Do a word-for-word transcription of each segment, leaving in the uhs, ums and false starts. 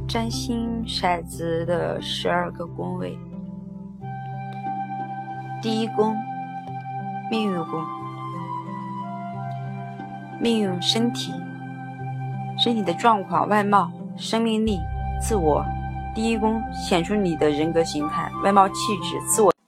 占星骰子的十二个宫位。第一宫，命运宫。命运身体，身体的状况、外貌、生命力、自我。第一宫显出你的人格形态、外貌气质、自我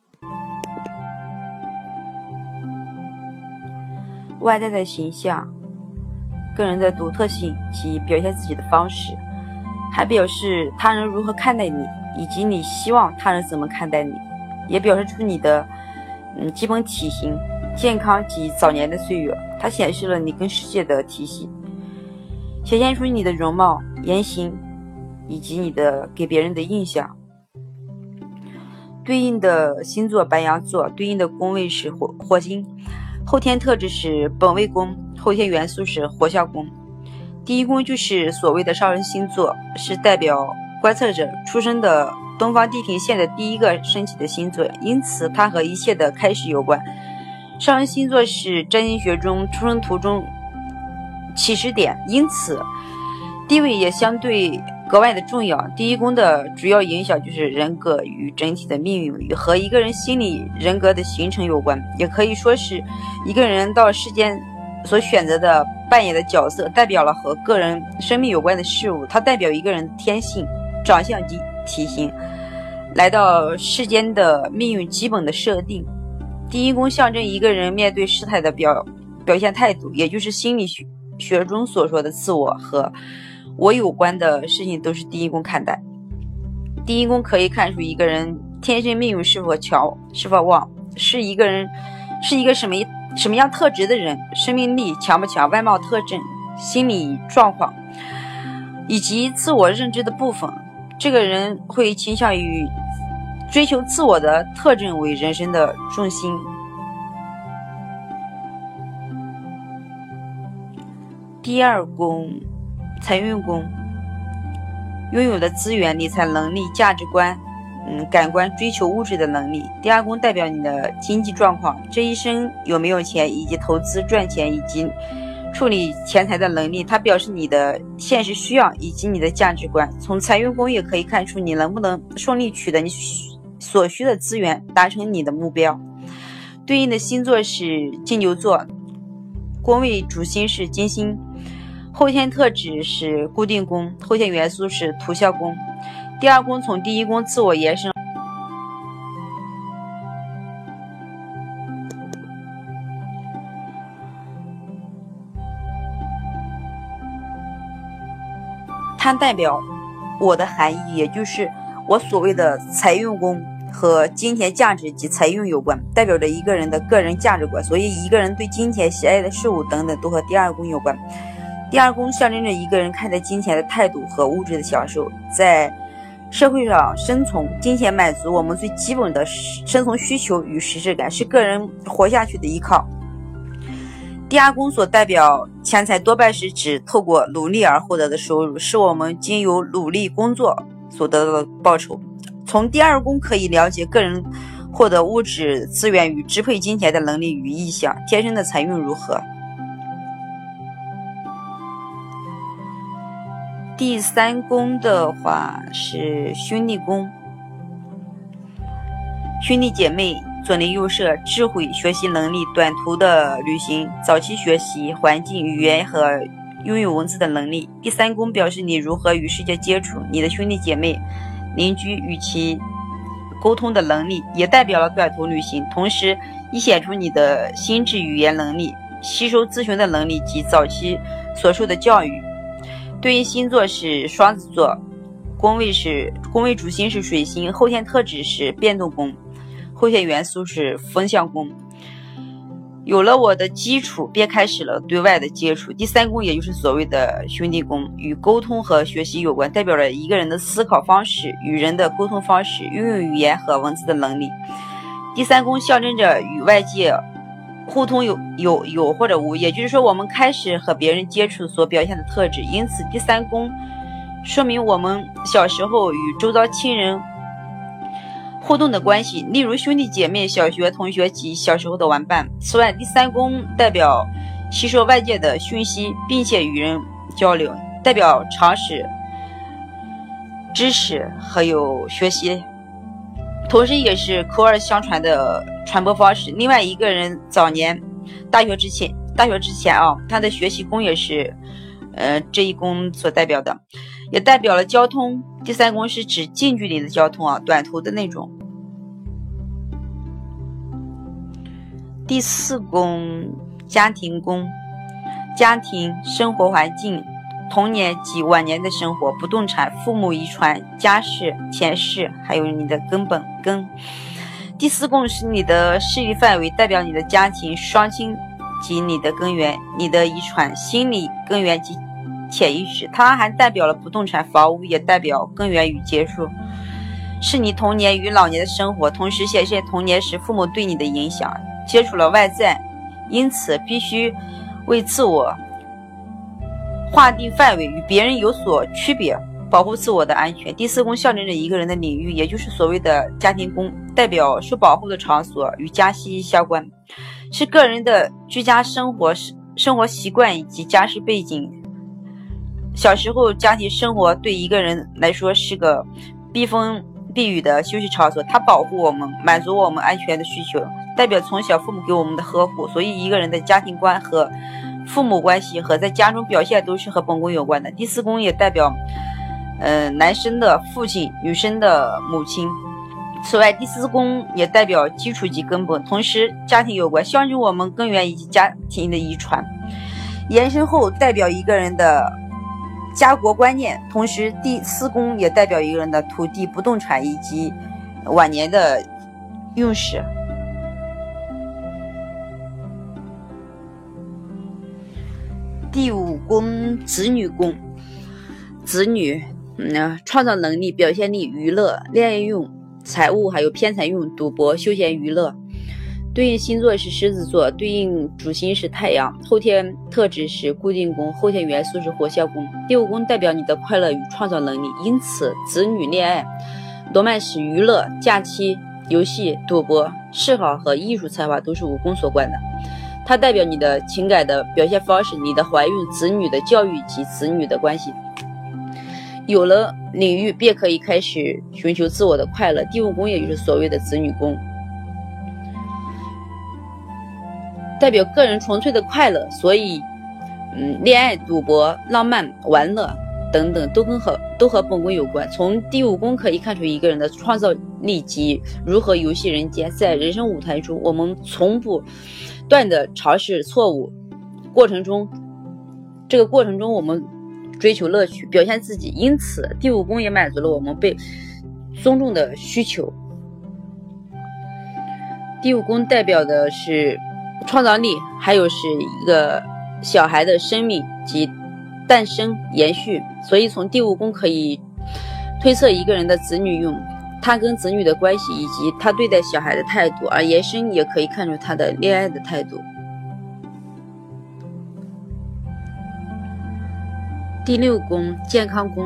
外在的形象、个人的独特性及表现自己的方式，还表示他人如何看待你，以及你希望他人怎么看待你，也表示出你的嗯基本体型、健康及早年的岁月。它显示了你跟世界的体系，显现出你的容貌、言行以及你的给别人的印象。对应的星座白羊座，对应的宫位是火火星，后天特质是本位宫，后天元素是火象宫。第一宫就是所谓的上升星座，是代表观测者出生的东方地平线的第一个升起的星座，因此它和一切的开始有关。上升星座是占星学中出生图中起始点，因此地位也相对格外的重要。第一宫的主要影响就是人格与整体的命运，与和一个人心理人格的形成有关，也可以说是一个人到世间所选择的扮演的角色，代表了和个人生命有关的事物。它代表一个人的天性、长相及体型，来到世间的命运基本的设定。第一宫象征一个人面对事态的表表现态度，也就是心理学学中所说的自我和我有关的事情都是第一宫看待。第一宫可以看出一个人天生命运是否强是否旺，是一个人是一个什么什么样特质的人，生命力强不强，外貌特征、心理状况以及自我认知的部分。这个人会倾向于追求自我的特征为人生的重心。第二宫，财运宫，拥有的资源、理财能力、价值观、嗯，感官追求物质的能力。第二宫代表你的经济状况，这一生有没有钱，以及投资赚钱以及处理钱财的能力。它表示你的现实需要以及你的价值观。从财运宫也可以看出你能不能顺利取得你所需的资源，达成你的目标。对应的星座是金牛座，宫位主星是金星，后天特质是固定宫，后天元素是土象宫。第二宫从第一宫自我延伸，它代表我的含义，也就是我所谓的财运宫和金钱价值及财运有关，代表着一个人的个人价值观，所以一个人对金钱喜爱的事物等等都和第二宫有关。第二宫象征着一个人看待金钱的态度和物质的享受。在社会上生存，金钱满足我们最基本的生存需求与实质感，是个人活下去的依靠。第二宫所代表钱财多半是指透过努力而获得的收入，是我们经由努力工作所得到的报酬。从第二宫可以了解个人获得物质资源与支配金钱的能力与意向，天生的财运如何。第三宫的话是兄弟宫，兄弟姐妹、左邻右舍、智慧、学习能力、短途的旅行、早期学习、环境、语言和拥有文字的能力。第三宫表示你如何与世界接触，你的兄弟姐妹、邻居与其沟通的能力，也代表了短途旅行，同时亦显出你的心智语言能力、吸收咨询的能力及早期所受的教育。对应星座是双子座，宫位是宫位主星是水星，后天特质是变动宫，后天元素是风象宫。有了我的基础，便开始了对外的接触。第三宫也就是所谓的兄弟宫，与沟通和学习有关，代表了一个人的思考方式、与人的沟通方式、拥有语言和文字的能力。第三宫象征着与外界互通有有有或者无，也就是说我们开始和别人接触所表现的特质。因此第三宫说明我们小时候与周遭亲人互动的关系，例如兄弟姐妹、小学同学及小时候的玩伴。此外，第三宫代表吸收外界的讯息并且与人交流，代表常识知识还有学习，同时也是口耳相传的传播方式。另外一个人早年大学之前大学之前啊，他的学习宫也是呃这一宫所代表的，也代表了交通。第三宫是指近距离的交通啊，短途的那种。第四宫家庭宫，家庭、生活环境、童年及晚年的生活、不动产、父母遗传、家世、前世，还有你的根本根。第四宫是你的势力范围，代表你的家庭、双亲及你的根源、你的遗传、心理根源及潜意识。它还代表了不动产、房屋，也代表根源与结束，是你童年与老年的生活，同时显现童年时父母对你的影响，接触了外在，因此必须为自我划定范围，与别人有所区别，保护自我的安全。第四宫象征着一个人的领域，也就是所谓的家庭宫，代表受保护的场所，与家息息相关，是个人的居家生活生活习惯以及家世背景。小时候家庭生活对一个人来说是个避风避雨的休息场所，它保护我们，满足我们安全的需求，代表从小父母给我们的呵护。所以一个人的家庭观和父母关系和在家中表现都是和本宫有关的。第四宫也代表呃，男生的父亲，女生的母亲。此外，第四宫也代表基础及根本，同时家庭有关，象征我们根源以及家庭的遗传。延伸后代表一个人的家国观念，同时第四宫也代表一个人的土地、不动产以及晚年的运势。第五宫子女宫，子女嗯，创造能力、表现力、娱乐、恋爱运、财务还有偏财运、赌博、休闲娱乐。对应星座是狮子座，对应主星是太阳，后天特质是固定宫，后天元素是火象宫。第五宫代表你的快乐与创造能力，因此子女、恋爱、罗曼史、娱乐、假期、游戏、赌博、嗜好和艺术才华都是五宫所管的。它代表你的情感的表现方式，你的怀孕、子女的教育及子女的关系。有了领域便可以开始寻求自我的快乐。第五宫也就是所谓的子女宫，代表个人纯粹的快乐，所以嗯，恋爱、赌博、浪漫、玩乐等等都跟和都和本宫有关。从第五宫可以看出一个人的创造力及如何游戏人间。在人生舞台中，我们从不断的尝试错误过程中，这个过程中我们追求乐趣，表现自己，因此第五宫也满足了我们被尊重的需求。第五宫代表的是创造力，还有是一个小孩的生命及诞生延续，所以从第五宫可以推测一个人的子女运，他跟子女的关系以及他对待小孩的态度，而延伸也可以看出他的恋爱的态度。第六宫健康宫，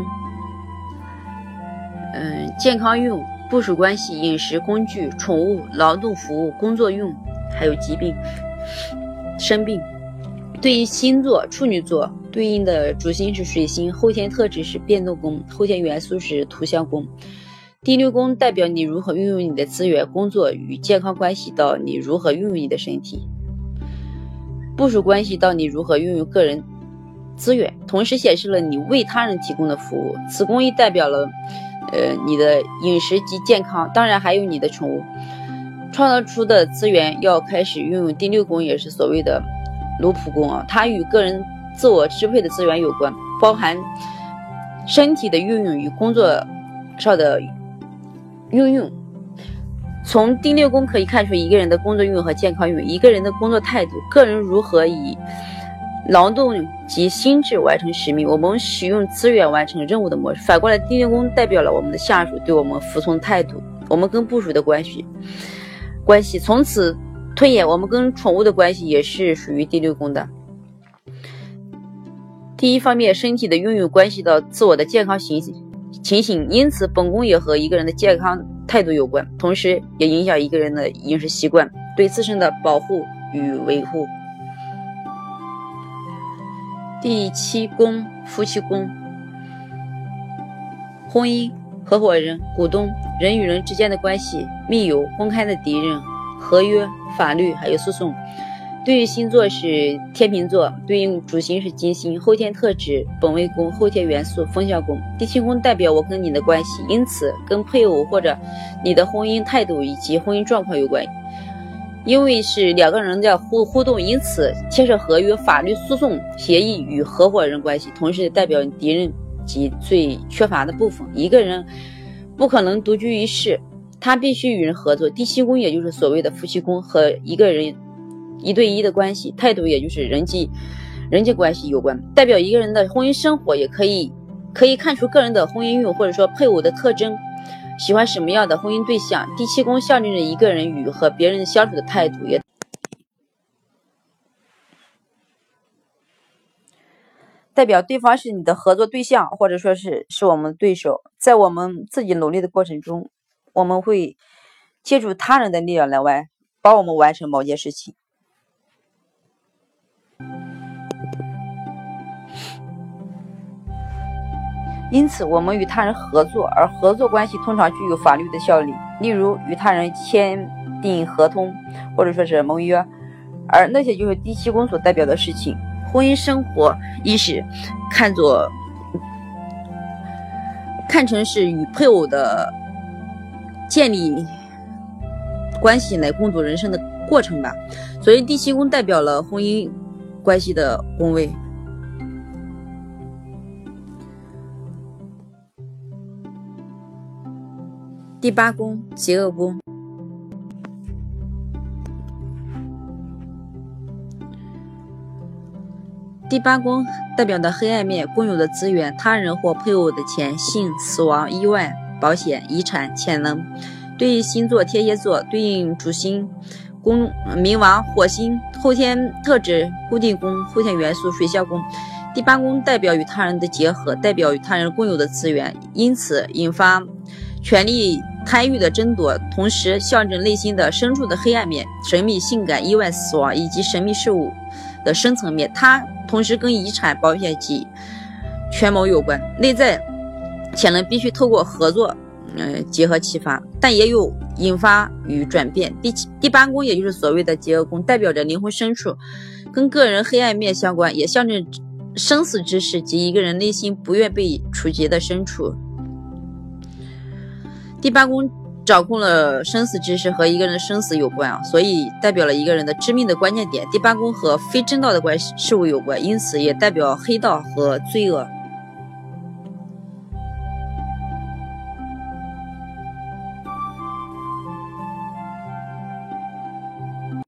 嗯，健康运、部属关系、饮食、工具、宠物、劳动服务、工作运，还有疾病、生病。对应星座处女座，对应的主星是水星，后天特质是变动宫，后天元素是土象宫。第六宫代表你如何运用你的资源，工作与健康关系到你如何运用你的身体，部属关系到你如何运用个人资源，同时显示了你为他人提供的服务。此宫亦代表了呃你的饮食及健康，当然还有你的宠物。创造出的资源要开始运用。第六宫也是所谓的奴仆宫啊，它与个人自我支配的资源有关，包含身体的运用与工作上的运用。从第六宫可以看出一个人的工作运和健康运，一个人的工作态度，个人如何以劳动及心智完成使命，我们使用资源完成任务的模式。反过来，第六宫代表了我们的下属对我们服从的态度，我们跟部属的关系关系从此推演，我们跟宠物的关系也是属于第六宫的。第一方面，身体的运用关系到自我的健康情情形，因此本宫也和一个人的健康态度有关，同时也影响一个人的饮食习惯，对自身的保护与维护。第七宫夫妻宫，婚姻合伙人、股东、人与人之间的关系、密友、公开的敌人、合约、法律还有诉讼。对于星座是天秤座，对应主星是金星，后天特质本位宫，后天元素风象宫。第七宫代表我跟你的关系，因此跟配偶或者你的婚姻态度以及婚姻状况有关。因为是两个人的互互动，因此牵涉合约、法律、诉讼、协议与合伙人关系，同时代表敌人及最缺乏的部分。一个人不可能独居一室，他必须与人合作。第七宫也就是所谓的夫妻宫，和一个人一对一的关系，态度也就是人际人际关系有关，代表一个人的婚姻生活，也可以可以看出个人的婚姻运或者说配偶的特征，喜欢什么样的婚姻对象。第七宫象征着一个人与和别人相处的态度，也代表对方是你的合作对象，或者说是是我们的对手。在我们自己努力的过程中，我们会借助他人的力量来完帮我们完成某件事情。因此我们与他人合作，而合作关系通常具有法律的效力，例如与他人签订合同或者说是盟约，而那些就是第七宫所代表的事情。婚姻生活亦是看作看成是与配偶的建立关系来共度人生的过程吧，所以第七宫代表了婚姻关系的宫位。第八宫邪恶宫，第八宫代表的黑暗面，共有的资源，他人或配偶的钱、性、死亡、意外、保险、遗产、潜能。对应星座天蝎座，对应主星宫冥王、火星，后天特质固定宫，后天元素水象宫。第八宫代表与他人的结合，代表与他人共有的资源，因此引发权力贪欲的争夺，同时象征内心的深处的黑暗面，神秘、性感、意外、死亡以及神秘事物的深层面。它同时跟遗产、保险及权谋有关。内在潜能必须透过合作呃，结合启发，但也有引发与转变。第七第八宫也就是所谓的结合宫，代表着灵魂深处，跟个人黑暗面相关，也象征生死之事及一个人内心不愿被触及的深处。第八宫掌控了生死之事，和一个人的生死有关啊，所以代表了一个人的致命的关键点。第八宫和非正道的关系事物有关，因此也代表黑道和罪恶。